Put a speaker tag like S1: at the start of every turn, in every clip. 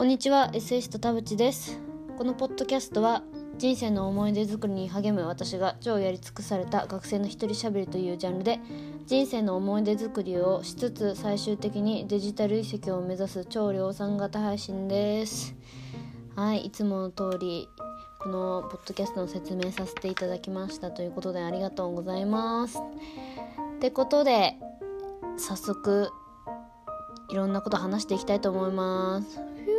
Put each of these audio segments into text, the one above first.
S1: こんにちは、エッセイスト田淵です。このポッドキャストは人生の思い出作りに励む私が超やり尽くされた学生の一人しゃべりというジャンルで人生の思い出作りをしつつ最終的にデジタル遺跡を目指す超量産型配信です。はい、いつもの通りこのポッドキャストの説明させていただきましたということでありがとうございます。ってことで早速いろんなこと話していきたいと思います。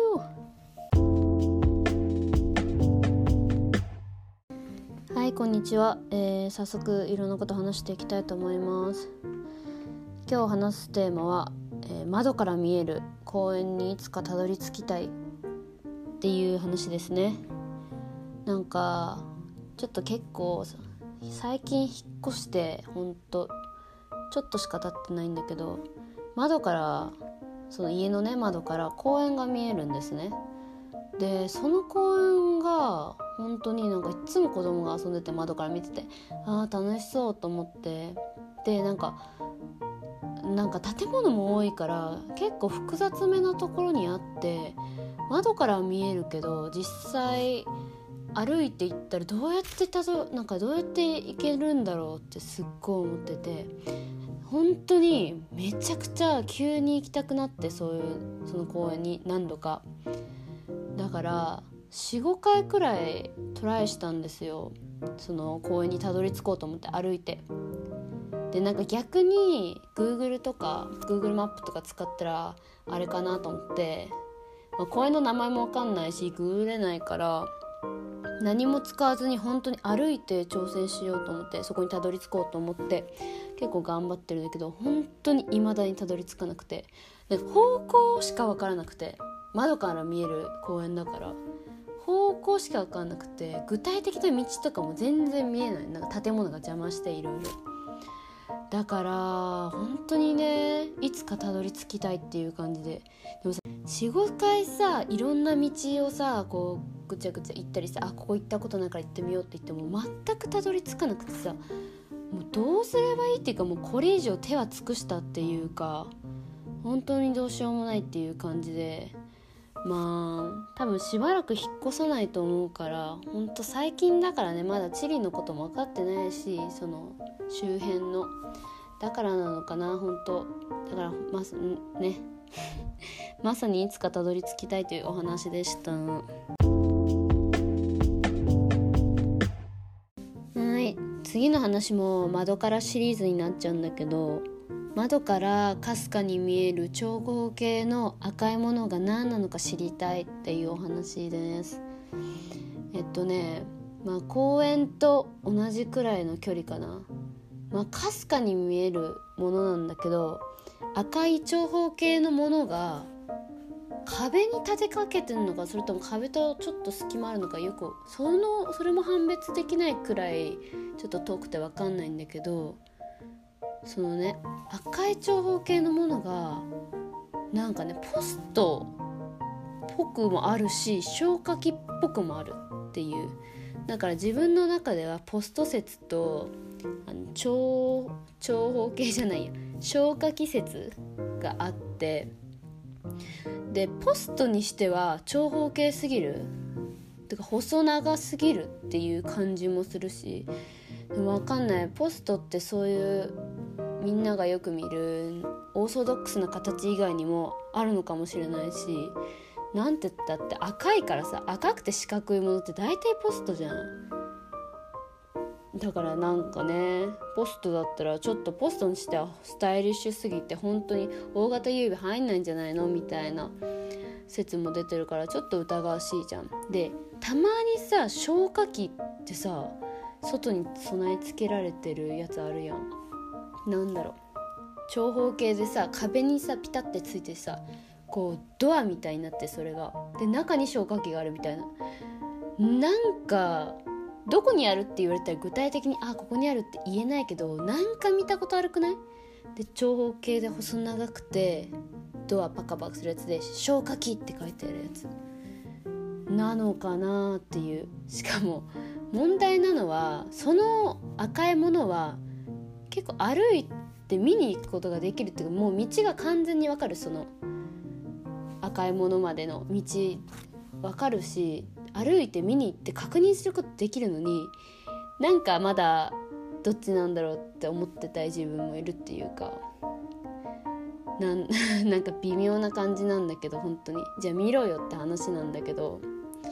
S1: はい、こんにちは。早速いろんなこと話していきたいと思います。今日話すテーマは、窓から見える公園にいつかたどり着きたいっていう話ですね。なんかちょっと結構最近引っ越してほんとちょっとしか経ってないんだけど、窓からその家のね窓から公園が見えるんですね。でその公園が本当になんかいつも子供が遊んでて窓から見てて楽しそうと思って、でなんか建物も多いから結構複雑めなところにあって、窓から見えるけど実際歩いて行ったらどうやって行けるんだろうってすっごい思ってて、本当にめちゃくちゃ急に行きたくなって、その公園に何度かだから 4,5 回くらいトライしたんですよ。その公園にたどり着こうと思って歩いて、でなんか逆に Google マップとか使ったらあれかなと思って、公園の名前も分かんないしググれないから何も使わずに本当に歩いて挑戦しようと思って、そこにたどり着こうと思って結構頑張ってるんだけど、本当に未だにたどり着かなくて、で方向しか分からなくて、窓から見える公園だから方向しか分かんなくて、具体的な道とかも全然見えない。なんか建物が邪魔していろいろだから本当にねいつかたどり着きたいっていう感じで、でもさ 4,5 回さいろんな道をさこうぐちゃぐちゃ行ったりさ、ここ行ったことないから行ってみようって言っても全くたどり着かなくてさ、もうどうすればいいっていうか、もうこれ以上手は尽くしたっていうか、本当にどうしようもないっていう感じで、多分しばらく引っ越さないと思うから、ほんと最近だからね、まだ地理のことも分かってないし、その周辺のだからなのかな、本当だからまさにいつかたどり着きたいというお話でした。はい、次の話も窓からシリーズになっちゃうんだけど、窓からかすかに見える長方形の赤いものが何なのか知りたいっていうお話です。公園と同じくらいの距離かな。かすかに見えるものなんだけど、赤い長方形のものが壁に立てかけてるのか、それとも壁とちょっと隙間あるのか、よくそれも判別できないくらいちょっと遠くて分かんないんだけど、そのね赤い長方形のものがなんかねポストっぽくもあるし消火器っぽくもあるっていう、だから自分の中ではポスト説と長方形じゃないや消火器説があって、でポストにしては長方形すぎるてか細長すぎるっていう感じもするし、でも分かんない、ポストってそういうみんながよく見るオーソドックスな形以外にもあるのかもしれないし、なんて言ったって赤いからさ、赤くて四角いものって大体ポストじゃん。だからなんかねポストだったらちょっとポストにしてはスタイリッシュすぎて本当に大型郵便入んないんじゃないのみたいな説も出てるから、ちょっと疑わしいじゃん。でたまにさ消火器ってさ外に備え付けられてるやつあるやん。なんだろう、長方形でさ壁にさピタってついてさこうドアみたいになって、それがで中に消火器があるみたいな、なんかどこにあるって言われたら具体的にここにあるって言えないけど、なんか見たことあるくない？で長方形で細長くてドアパカパカするやつで消火器って書いてあるやつなのかなっていう。しかも問題なのはその赤いものは結構歩いて見に行くことができるっていうか、もう道が完全にわかる。その赤いものまでの道分かるし、歩いて見に行って確認することできるのに、なんかまだどっちなんだろうって思ってたい自分もいるっていうか、なんか微妙な感じなんだけど、本当にじゃあ見ろよって話なんだけど、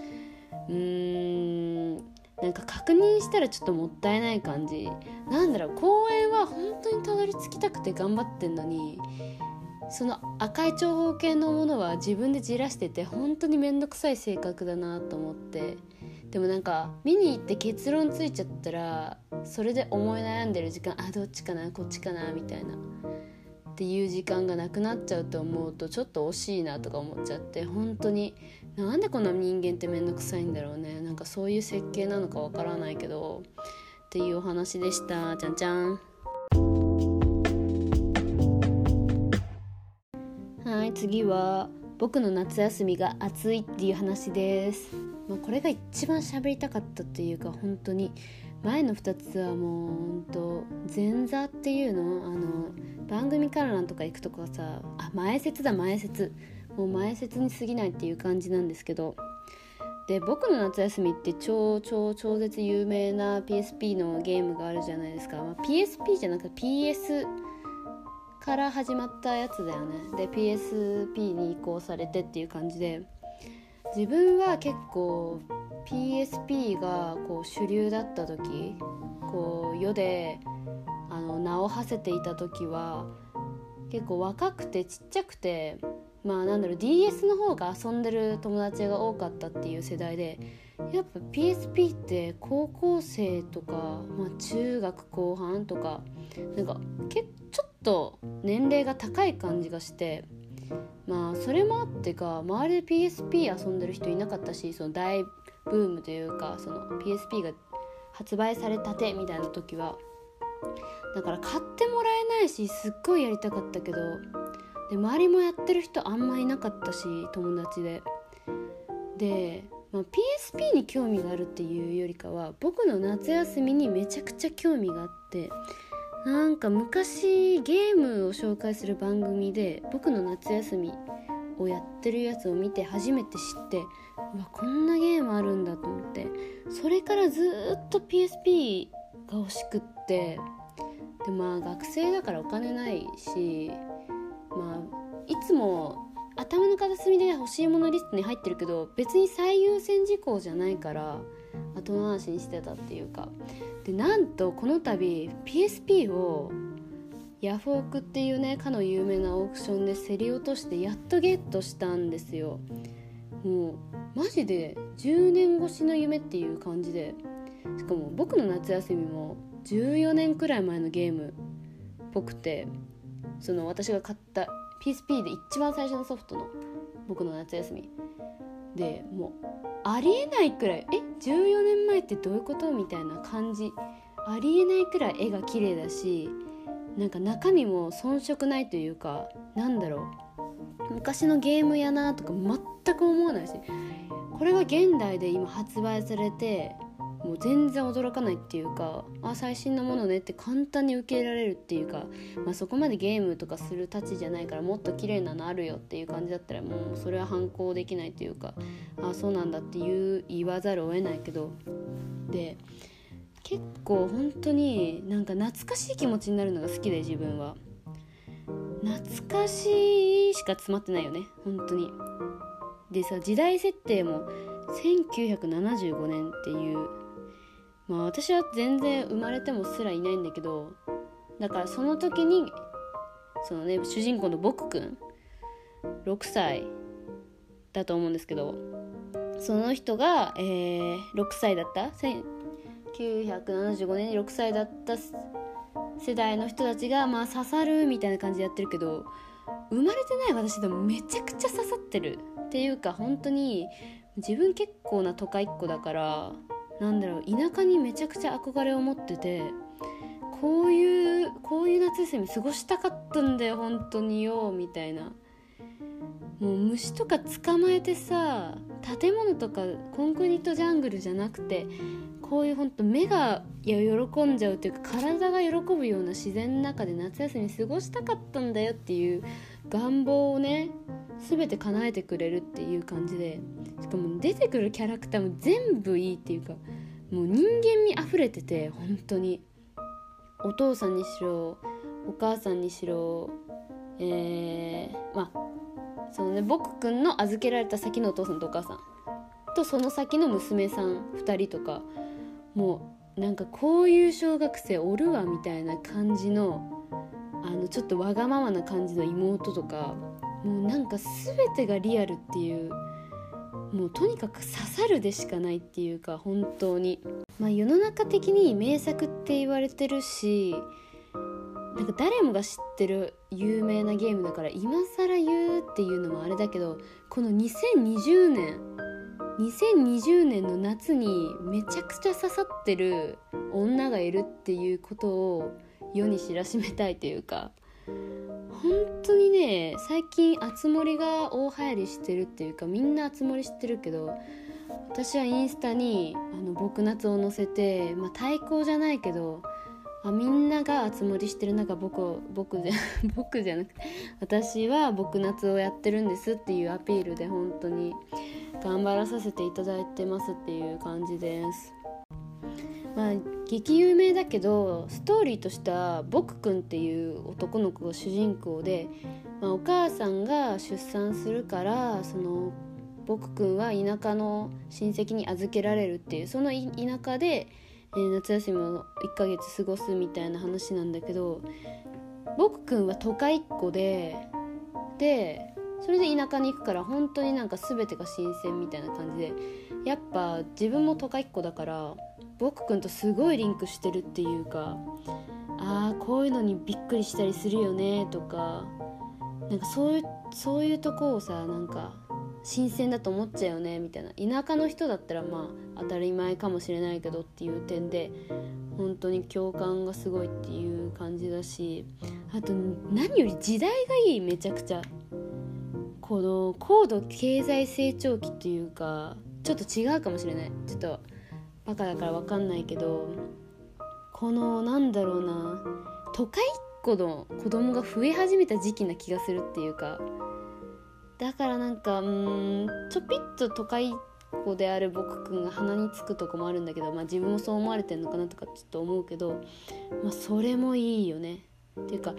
S1: なんか確認したらちょっともったいない感じ。なんだろう、公園は本当にたどり着きたくて頑張ってんのに、その赤い長方形のものは自分でじらしてて本当にめんどくさい性格だなと思って。でもなんか見に行って結論ついちゃったら、それで思い悩んでる時間、どっちかなこっちかなみたいなっていう時間がなくなっちゃうと思うと、ちょっと惜しいなとか思っちゃって、本当になんでこんな人間ってめんどくさいんだろうね。なんかそういう設計なのかわからないけどっていうお話でした。じゃんじゃん。はい、次は僕の夏休みが暑いっていう話です。これが一番喋りたかったっていうか、本当に前の2つはもう本当前座っていうの、番組観覧とか行くとこはさ、前説もう前説に過ぎないっていう感じなんですけど、で僕の夏休みって超絶有名な PSP のゲームがあるじゃないですか。PSP じゃなくて PSから始まったやつだよね。で PSP に移行されてっていう感じで、自分は結構 PSP がこう主流だった時、こう世で名を馳せていた時は結構若くてちっちゃくて、DS の方が遊んでる友達が多かったっていう世代で、やっぱ PSP って高校生とか、中学後半とかなんかちょっと年齢が高い感じがして、それもあってか周りで PSP 遊んでる人いなかったし、その大ブームというか、その PSP が発売されたてみたいな時はだから買ってもらえないし、すっごいやりたかったけど、で周りもやってる人あんまいなかったし、友達でPSP に興味があるっていうよりかは、僕の夏休みにめちゃくちゃ興味があって、なんか昔ゲームを紹介する番組で僕の夏休みをやってるやつを見て初めて知って、こんなゲームあるんだと思って、それからずっと PSP が欲しくって、で学生だからお金ないし、いつも頭の片隅で欲しいものリストに入ってるけど、別に最優先事項じゃないから後回しにしてたっていうか。でなんとこの度 PSP をヤフオクっていうね、かの有名なオークションで競り落としてやっとゲットしたんですよ。もうマジで10年越しの夢っていう感じで、しかも僕の夏休みも14年くらい前のゲームっぽくて、その私が買った PSP で一番最初のソフトの僕の夏休みで、もうありえないくらい14年前ってどういうことみたいな感じ、ありえないくらい絵が綺麗だし、なんか中身も遜色ないというか、なんだろう、昔のゲームやなとか全く思わないし、これが現代で今発売されてもう全然驚かないっていうか、最新のものねって簡単に受け入れられるっていうか、そこまでゲームとかするたちじゃないから、もっと綺麗なのあるよっていう感じだったら、もうそれは反抗できないというか、そうなんだって言わざるを得ないけど、で結構本当になんか懐かしい気持ちになるのが好きで、自分は懐かしいしか詰まってないよね本当に。でさ、時代設定も1975年っていう、私は全然生まれてもすらいないんだけど、だからその時にそのね、主人公の僕くん6歳だと思うんですけど、その人が、6歳だった1975年に6歳だった世代の人たちが刺さるみたいな感じでやってるけど、生まれてない私でもめちゃくちゃ刺さってるっていうか、本当に自分結構な都会っ子だから、なんだろう、田舎にめちゃくちゃ憧れを持ってて、こういう夏休み過ごしたかったんだよ本当によみたいな。もう虫とか捕まえてさ、建物とかコンクリートジャングルじゃなくて、 こういう本当目が喜んじゃうというか体が喜ぶような自然の中で夏休み過ごしたかったんだよっていう願望をね全て叶えてくれるっていう感じで、しかも出てくるキャラクターも全部いいっていうか、もう人間味あふれてて、本当にお父さんにしろお母さんにしろ、そのねボクくんの預けられた先のお父さんとお母さんとその先の娘さん2人とか、もうなんかこういう小学生おるわみたいな感じのちょっとわがままな感じの妹とか、もうなんか全てがリアルっていう、もうとにかく刺さるでしかないっていうか、本当に世の中的に名作って言われてるし、なんか誰もが知ってる有名なゲームだから今更言うっていうのもあれだけど、この2020年の夏にめちゃくちゃ刺さってる女がいるっていうことを世に知らしめたいというか、本当にね最近あつ森が大流行りしてるっていうか、みんなあつ森知ってるけど、私はインスタに僕夏を載せて、対抗じゃないけどみんながあつ森してる中僕じゃなくて私は僕夏をやってるんですっていうアピールで本当に頑張らさせていただいてますっていう感じです。激有名だけどストーリーとしては僕くんっていう男の子が主人公で、お母さんが出産するからその僕くんは田舎の親戚に預けられるっていう、その田舎で夏休みを1ヶ月過ごすみたいな話なんだけど、僕くんは都会っ子でそれで田舎に行くから本当になんか全てが新鮮みたいな感じで、やっぱ自分も都会っ子だから僕くんとすごいリンクしてるっていうか、こういうのにびっくりしたりするよねとか、なんかそういうとこをさ、なんか新鮮だと思っちゃうよねみたいな、田舎の人だったら当たり前かもしれないけどっていう点で本当に共感がすごいっていう感じだし、あと何より時代がいい。めちゃくちゃこの高度経済成長期っていうか、ちょっと違うかもしれない、ちょっとバカだから分かんないけど、この都会っ子の子供が増え始めた時期な気がするっていうか、だからなんかちょぴっと都会っ子である僕くんが鼻につくとこもあるんだけど、自分もそう思われてんのかなとかちょっと思うけど、それもいいよねっていうか、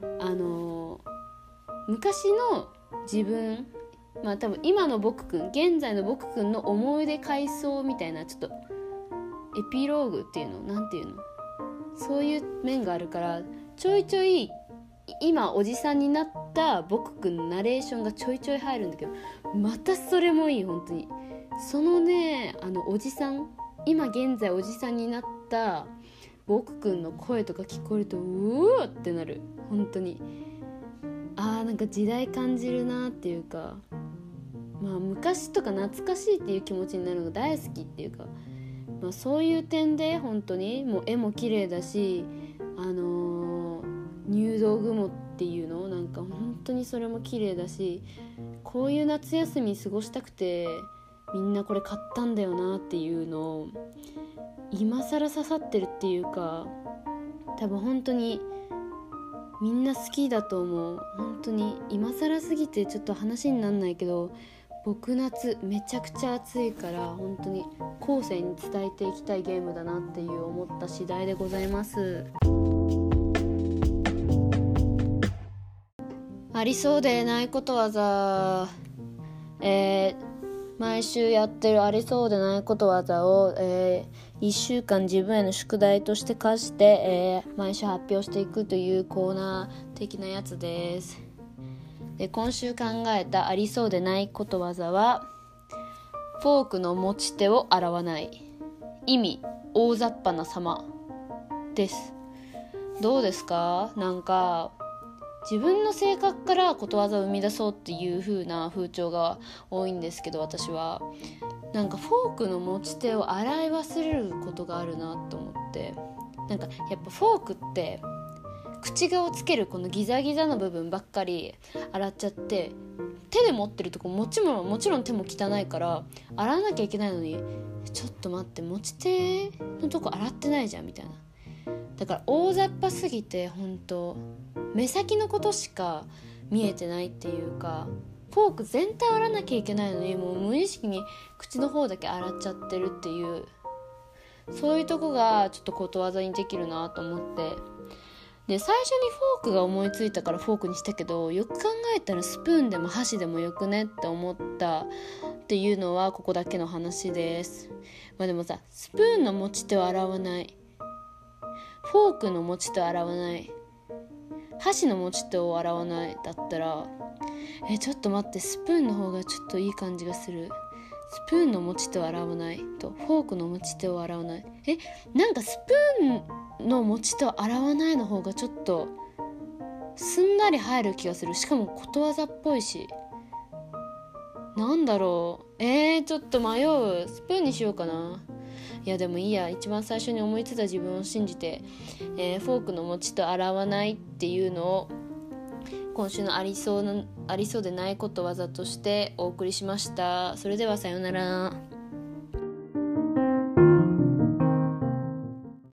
S1: 昔の自分、多分今の僕くん、現在の僕くんの思い出回想みたいな、ちょっとエピローグっていうの、なんていうの、そういう面があるから、ちょいちょい今おじさんになった僕くんのナレーションがちょいちょい入るんだけど、またそれもいい。本当にそのね、おじさん、今現在おじさんになった僕くんの声とか聞こえるとうわってなる。本当になんか時代感じるなっていうか、昔とか懐かしいっていう気持ちになるのが大好きっていうか、そういう点で本当にもう絵も綺麗だし、入道雲っていうのなんか本当にそれも綺麗だし、こういう夏休み過ごしたくてみんなこれ買ったんだよなっていうのを今更刺さってるっていうか、多分本当にみんな好きだと思う。本当に今更すぎてちょっと話になんないけど、僕夏めちゃくちゃ暑いから本当に後世に伝えていきたいゲームだなっていう思った次第でございます。ありそうでないことわざ、毎週やってるありそうでないことわざを、1週間自分への宿題として課して、毎週発表していくというコーナー的なやつです。で、今週考えたありそうでないことわざは、フォークの持ち手を洗わない、意味大雑把な様です。どうですか？なんか自分の性格からことわざを生み出そうっていう風な風潮が多いんですけど、私はなんかフォークの持ち手を洗い忘れることがあるなと思って、なんかやっぱフォークって口側をつけるこのギザギザの部分ばっかり洗っちゃって、手で持ってるとこもちろん手も汚いから洗わなきゃいけないのに、ちょっと待って、持ち手のとこ洗ってないじゃんみたいな。だから大雑把すぎて、本当目先のことしか見えてないっていうか、フォーク全体洗わなきゃいけないのに、もう無意識に口の方だけ洗っちゃってるっていう、そういうとこがちょっとことわざにできるなと思って、で最初にフォークが思いついたからフォークにしたけど、よく考えたらスプーンでも箸でもよくねって思ったっていうのはここだけの話です。でもさ、スプーンの持ち手を洗わない、フォークの持ち手を洗わない、箸の持ち手を洗わないだったら、ちょっと待って、スプーンの方がちょっといい感じがする。スプーンの持ち手を洗わないとフォークの持ち手を洗わない、なんかスプーンの持ち手を洗わないの方がちょっとすんなり入る気がする。しかもことわざっぽいし、なんだろう、ちょっと迷う。スプーンにしようかな。いやでもいいや、一番最初に思いついた自分を信じて、フォークの持ち手を洗わないっていうのを今週のありそうでないことわざとしてお送りしました。それではさようなら。